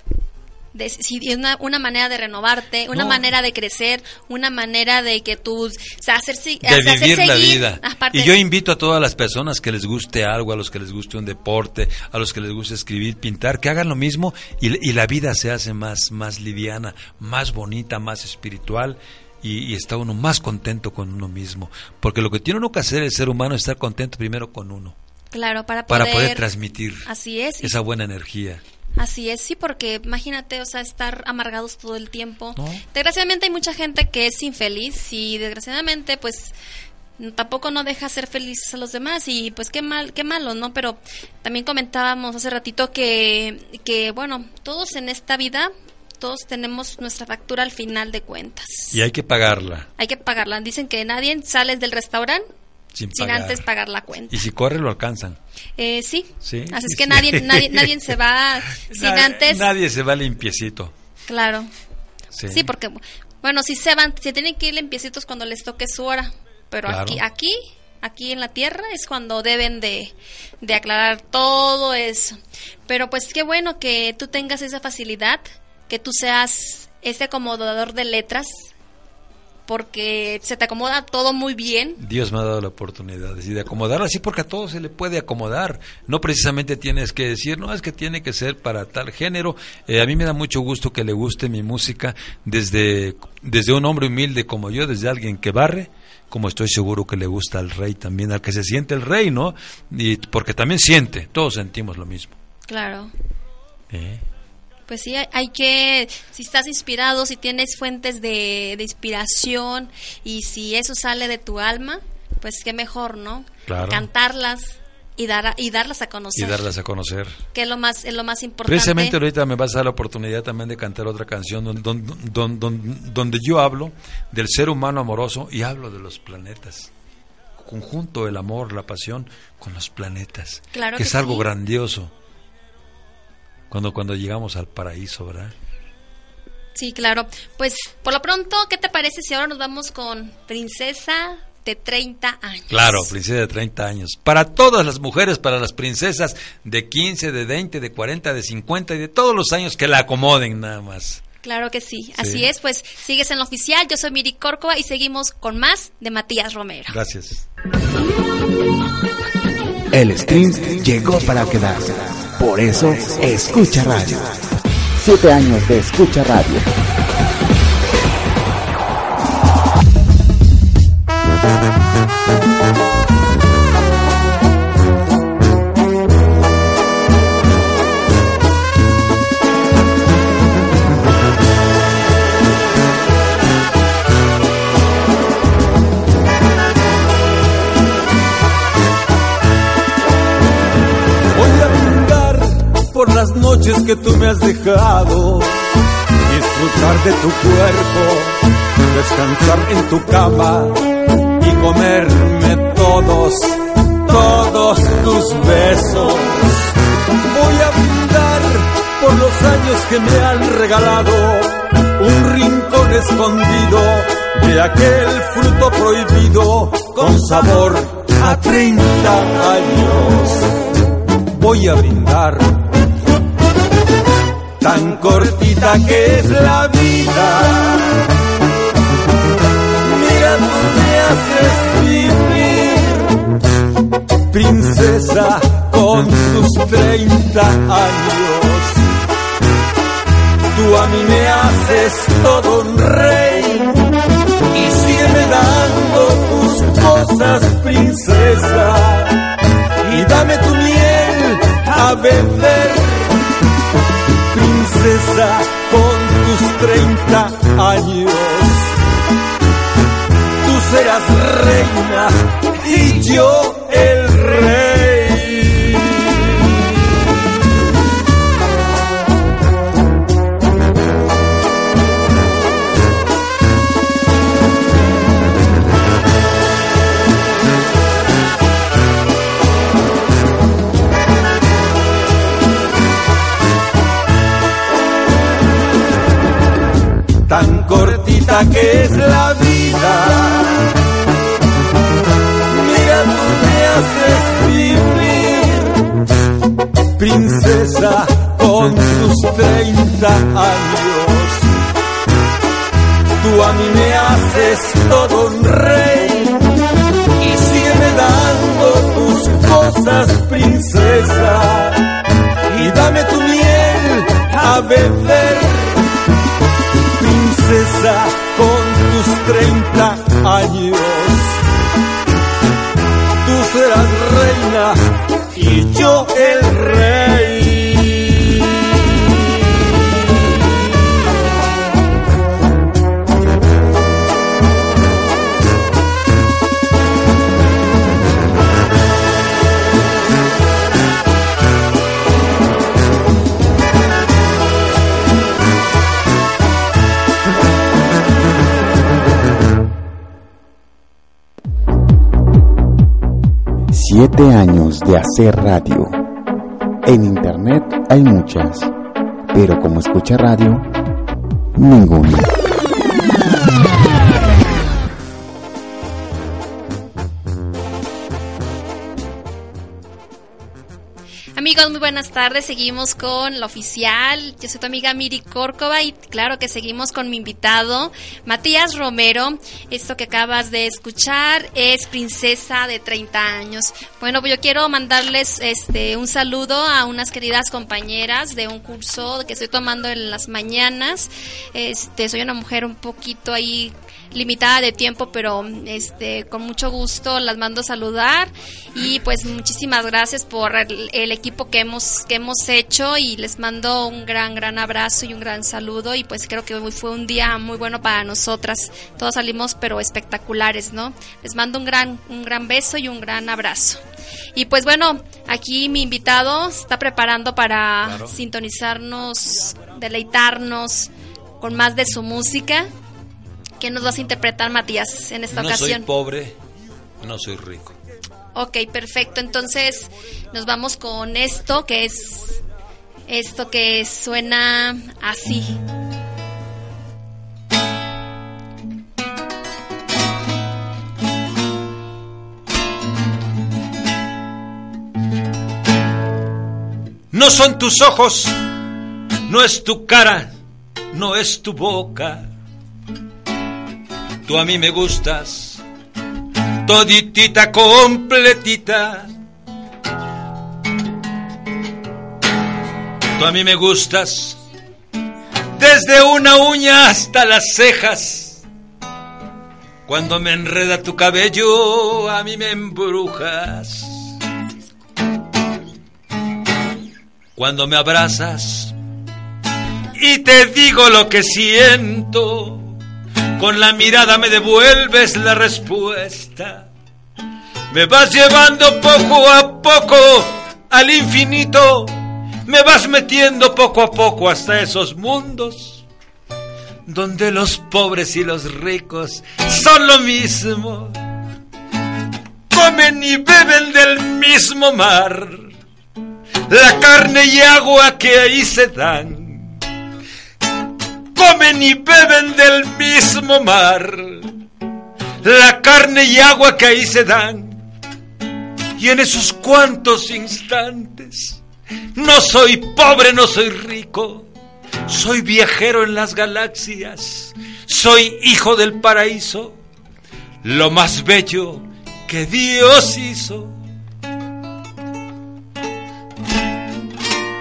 de, sí, es una, una manera de renovarte, una No. manera de crecer, una manera de que tú, o sea, hacerse, De hacer vivir la seguir, vida. aparte, Y yo invito a todas las personas que les guste algo, a los que les guste un deporte, a los que les guste escribir, pintar, que hagan lo mismo y, y la vida se hace más, más liviana, más bonita, más espiritual y, y está uno más contento con uno mismo. Porque lo que tiene uno que hacer el ser humano es estar contento primero con uno, claro, para poder, para poder transmitir así es, y- esa buena energía. Así es, sí, porque imagínate, o sea, estar amargados todo el tiempo. ¿No? Desgraciadamente hay mucha gente que es infeliz y desgraciadamente, pues, tampoco no deja ser felices a los demás y pues qué mal, qué malo, ¿no? Pero también comentábamos hace ratito que, que bueno, todos en esta vida, todos tenemos nuestra factura al final de cuentas. Y hay que pagarla Hay que pagarla. Dicen que nadie sale del restaurante sin sin pagar. antes pagar la cuenta. Y si corre lo alcanzan. Eh, sí. Sí, Así es sí, que sí. nadie, nadie, nadie se va sin Nadie- antes. Nadie se va limpiecito. Claro. Sí. Sí, porque, bueno, si se van, se tienen que ir limpiecitos cuando les toque su hora, pero Claro. aquí, aquí, aquí en la tierra es cuando deben de, de aclarar todo eso. Pero pues qué bueno que tú tengas esa facilidad, que tú seas ese acomodador de letras, porque se te acomoda todo muy bien. Dios me ha dado la oportunidad de acomodarla así, porque a todo se le puede acomodar. No precisamente tienes que decir, no, es que tiene que ser para tal género. Eh, a mí me da mucho gusto que le guste mi música desde, desde un hombre humilde como yo, desde alguien que barre, como estoy seguro que le gusta al rey también, al que se siente el rey, ¿no? Y porque también siente, todos sentimos lo mismo. Claro. ¿Eh? Pues sí, hay, hay que, si estás inspirado, si tienes fuentes de, de inspiración y si eso sale de tu alma, pues qué mejor, ¿no? Claro. Cantarlas y dar y darlas a conocer. Y darlas a conocer. Que es lo más es lo más importante. Precisamente ahorita me vas a dar la oportunidad también de cantar otra canción donde, donde, donde, donde yo hablo del ser humano amoroso y hablo de los planetas. Conjunto el amor, la pasión con los planetas. Claro que que es algo sí. grandioso. Cuando, cuando llegamos al paraíso, ¿verdad? Sí, claro. Pues por lo pronto, ¿qué te parece si ahora nos vamos con Princesa de treinta años? Claro, princesa de treinta años. Para todas las mujeres, para las princesas de quince, de veinte, de cuarenta, de cincuenta y de todos los años que la acomoden nada más. Claro que sí. Sí. Así es, pues sigues en lo oficial. Yo soy Miri Córcova y seguimos con más de Matías Romero. Gracias. El stream llegó para quedarse. Por eso, escucha radio. Siete años de escucha radio. Por las noches que tú me has dejado, disfrutar de tu cuerpo, descansar en tu cama y comerme todos, todos tus besos. Voy a brindar por los años que me han regalado, un rincón escondido de aquel fruto prohibido con sabor a treinta años. Voy a brindar tan cortita que es la vida. Mira, tú me haces vivir treinta años. Tú a mí me haces todo un rey y sígueme dando tus cosas, princesa, y dame tu miel a beber, princesa, con tus treinta años. Tú serás reina y yo el rey. Tan cortita que es la vida, mira tú me haces vivir, princesa, con tus treinta años. Tú a mí me haces todo un rey y sígueme dando tus cosas, princesa, y dame tu miel a beber, princesa, con tus treinta años. Tú serás reina y yo el rey. Siete años de hacer radio. En internet hay muchas, pero como escucha radio, ninguna. Amigos, muy buenas tardes. Seguimos con la oficial. Yo soy tu amiga Miri Córcova y claro que seguimos con mi invitado Matías Romero. Esto que acabas de escuchar es Princesa de treinta años. Bueno, pues yo quiero mandarles este un saludo a unas queridas compañeras de un curso que estoy tomando en las mañanas. Este, soy una mujer un poquito ahí limitada de tiempo, pero este con mucho gusto las mando a saludar y pues muchísimas gracias por el, el equipo que hemos que hemos hecho y les mando un gran gran abrazo y un gran saludo y pues creo que hoy fue un día muy bueno para nosotras. Todos salimos pero espectaculares, ¿no? Les mando un gran un gran beso y un gran abrazo. Y pues bueno, aquí mi invitado se está preparando para claro. sintonizarnos, deleitarnos con más de su música. ¿Qué nos vas a interpretar, Matías, en esta no ocasión? No soy pobre, no soy rico. Ok, perfecto. Entonces nos vamos con esto, que es esto que suena así. No son tus ojos, no es tu cara, no es tu boca. Tú a mí me gustas, toditita, completita. Tú a mí me gustas, desde una uña hasta las cejas. Cuando me enreda tu cabello, a mí me embrujas. Cuando me abrazas y te digo lo que siento, con la mirada me devuelves la respuesta. Me vas llevando poco a poco al infinito. Me vas metiendo poco a poco hasta esos mundos donde los pobres y los ricos son lo mismo. Comen y beben del mismo mar, la carne y agua que ahí se dan. Comen y beben del mismo mar, la carne y agua que ahí se dan. Y en esos cuantos instantes, no soy pobre, no soy rico, soy viajero en las galaxias, soy hijo del paraíso, lo más bello que Dios hizo.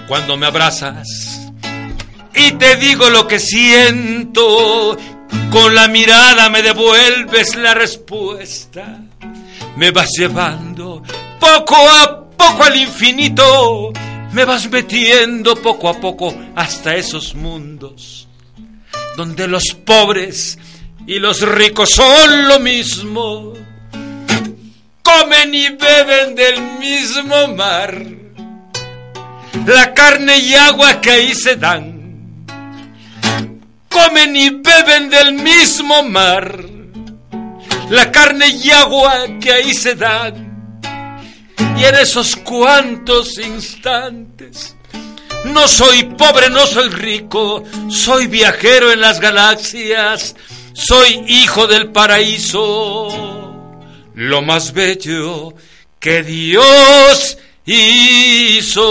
cuando me abrazas y te digo lo que siento, con la mirada me devuelves la respuesta. Me vas llevando poco a poco al infinito, me vas metiendo poco a poco hasta esos mundos donde los pobres y los ricos son lo mismo, comen y beben del mismo mar, la carne y agua que ahí se dan, comen y beben del mismo mar, la carne y agua que ahí se dan. Y en esos cuantos instantes, no soy pobre, no soy rico, soy viajero en las galaxias, soy hijo del paraíso, lo más bello que Dios hizo.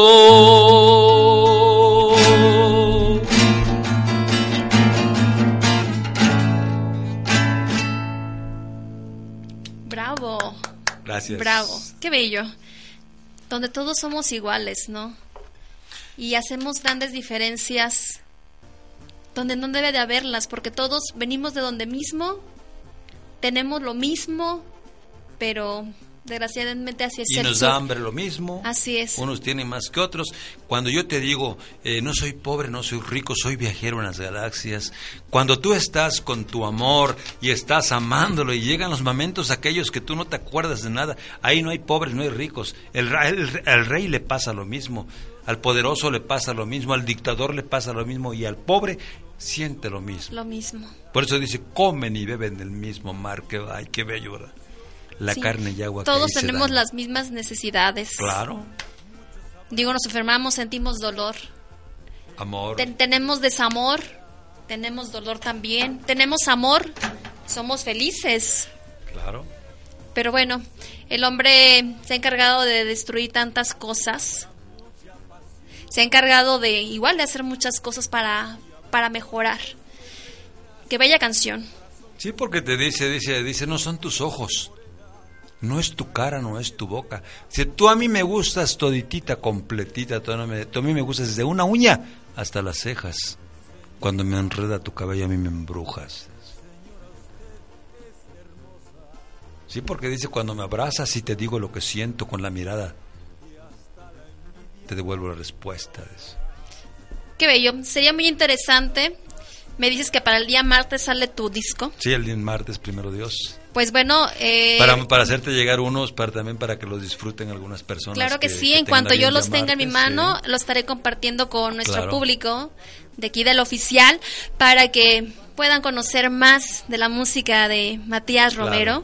Bravo. Gracias. Bravo, qué bello. Donde todos somos iguales, ¿no? Y hacemos grandes diferencias donde no debe de haberlas, porque todos venimos de donde mismo, tenemos lo mismo, pero desgraciadamente así es. Y nos da hambre lo mismo. Así es. Unos tienen más que otros. Cuando yo te digo, eh, no soy pobre, no soy rico, soy viajero en las galaxias. Cuando tú estás con tu amor y estás amándolo y llegan los momentos aquellos que tú no te acuerdas de nada, ahí no hay pobres, no hay ricos. El, el, el rey le pasa lo mismo, al poderoso le pasa lo mismo, al dictador le pasa lo mismo y al pobre siente lo mismo. Lo mismo. Por eso dice, comen y beben del mismo mar. Que, ay, qué bello, ¿verdad? La sí, carne y agua. Todos que tenemos las mismas necesidades. Claro. Digo, nos enfermamos, sentimos dolor. Amor. Ten- tenemos desamor, tenemos dolor también. Tenemos amor, somos felices. Claro. Pero bueno, el hombre se ha encargado de destruir tantas cosas. Se ha encargado de, igual, de hacer muchas cosas para, para mejorar. Qué bella canción. Sí, porque te dice, dice, dice, no son tus ojos. No es tu cara, no es tu boca. Si tú a mí me gustas toditita, completita, tú a, mí, tú a mí me gustas desde una uña hasta las cejas. Cuando me enreda tu cabello a mí me embrujas. Sí, porque dice, cuando me abrazas y te digo lo que siento con la mirada, te devuelvo la respuesta de eso. Qué bello. Sería muy interesante. Me dices que para el día martes sale tu disco. Sí, el día martes, primero Dios. Pues bueno, eh, Para, para hacerte llegar unos, para también para que los disfruten algunas personas. claro que, que sí, que en cuanto yo los martes, tenga en mi mano, sí. lo estaré compartiendo con nuestro Claro. público de aquí del oficial para que puedan conocer más de la música de Matías Claro. Romero.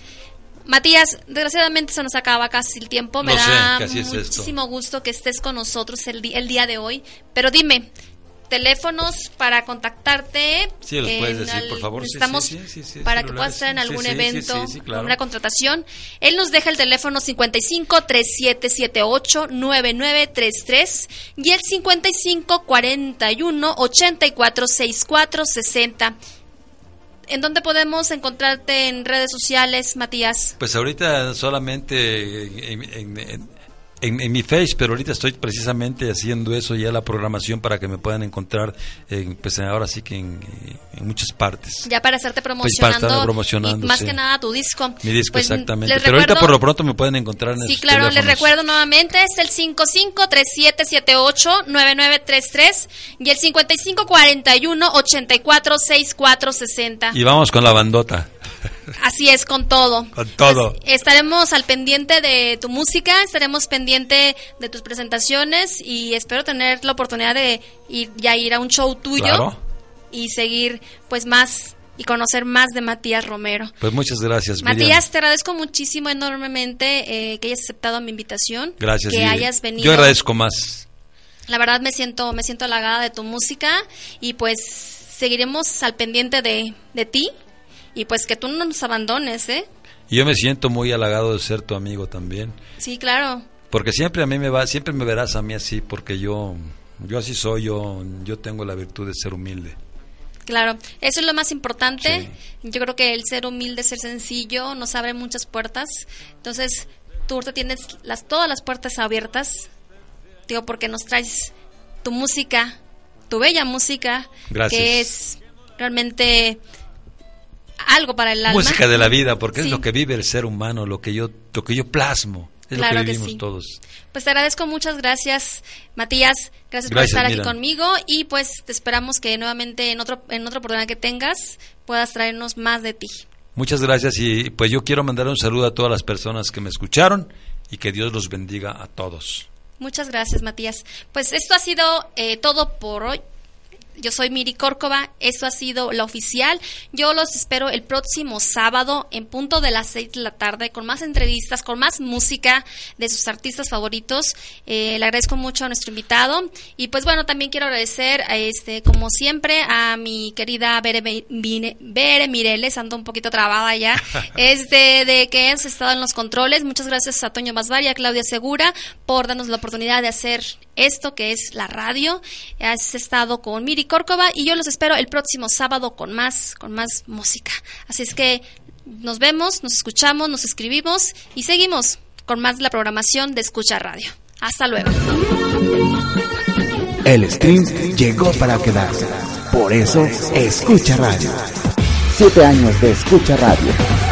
Matías, desgraciadamente se nos acaba casi el tiempo, me Lo sé, da que así es esto. muchísimo gusto que estés con nosotros el, di- el día de hoy, pero dime, teléfonos para contactarte. Sí, los en puedes decir, al- por favor. Sí, Necesitamos sí, sí, sí, sí, para que celulares, puedas estar en sí, algún sí, sí, evento, sí, sí, claro. una contratación. Él nos deja el teléfono cincuenta y cinco, treinta y siete setenta y ocho, noventa y nueve treinta y tres y el cincuenta y cinco, cuarenta y uno, ochenta y cuatro, sesenta y cuatro, sesenta. ¿En dónde podemos encontrarte en redes sociales, Matías? Pues ahorita solamente en, en, en, en, en mi Face, pero ahorita estoy precisamente haciendo eso, ya la programación para que me puedan encontrar, en, pues ahora sí que en, en muchas partes. Ya para estarte Pues promocionando, para estar promocionando, y más sí. que nada tu disco. Mi disco, Pues, exactamente. les Pero ahorita recuerdo- por lo pronto me pueden encontrar en Sí, esos claro, les teléfonos. recuerdo nuevamente, es el cincuenta y cinco, treinta y siete setenta y ocho, noventa y nueve treinta y tres y el cincuenta y cinco, cuarenta y uno, ochenta y cuatro, sesenta y cuatro, sesenta. Y vamos con la bandota. Así es, con todo. Con todo. Pues, estaremos al pendiente de tu música, estaremos pendiente de tus presentaciones y espero tener la oportunidad de ir, ya ir a un show tuyo Claro. y seguir pues más y conocer más de Matías Romero. Pues muchas gracias, Miriam. Matías, te agradezco muchísimo, enormemente eh, que hayas aceptado mi invitación. Gracias. Que y hayas venido. Yo agradezco más. La verdad me siento, me siento halagada de tu música y pues seguiremos al pendiente de, de ti y pues que tú no nos abandones, ¿eh? Y yo me siento muy halagado de ser tu amigo también. Sí, claro. Porque siempre a mí me va, siempre me verás a mí así, porque yo, yo así soy, yo, yo tengo la virtud de ser humilde. Claro, eso es lo más importante. Sí. Yo creo que el ser humilde, ser sencillo, nos abre muchas puertas. Entonces, tú ahorita tienes las, todas las puertas abiertas. digo, porque nos traes tu música, tu bella música, Gracias. que es realmente algo para el alma. Música de la vida, porque Sí. es lo que vive el ser humano, lo que yo, lo que yo plasmo, es Claro lo que que vivimos sí. todos. Pues te agradezco, muchas gracias, Matías, gracias, por Gracias, estar aquí Miriam. conmigo y pues te esperamos que nuevamente en otro en otra oportunidad que tengas puedas traernos más de ti. Muchas gracias y pues yo quiero mandar un saludo a todas las personas que me escucharon y que Dios los bendiga a todos. Muchas gracias, Matías. Pues esto ha sido eh, todo por hoy. Yo soy Miri Córcova, esto ha sido La Oficial. Yo los espero el próximo sábado en punto de las seis de la tarde con más entrevistas, con más música de sus artistas favoritos. Eh, le agradezco mucho a nuestro invitado y pues bueno, también quiero agradecer a este, como siempre, a mi querida Bere, Bere, Bere Mireles, ando un poquito trabada ya, este, de que has estado en los controles. Muchas gracias a Toño Masvari y a Claudia Segura por darnos la oportunidad de hacer esto que es la radio. Has estado con Miri Córcova y yo los espero el próximo sábado con más, con más música. Así es que nos vemos, nos escuchamos, nos escribimos y seguimos con más la programación de Escucha Radio. Hasta luego. El stream llegó para quedarse. Por eso, Escucha Radio. Siete años de Escucha Radio.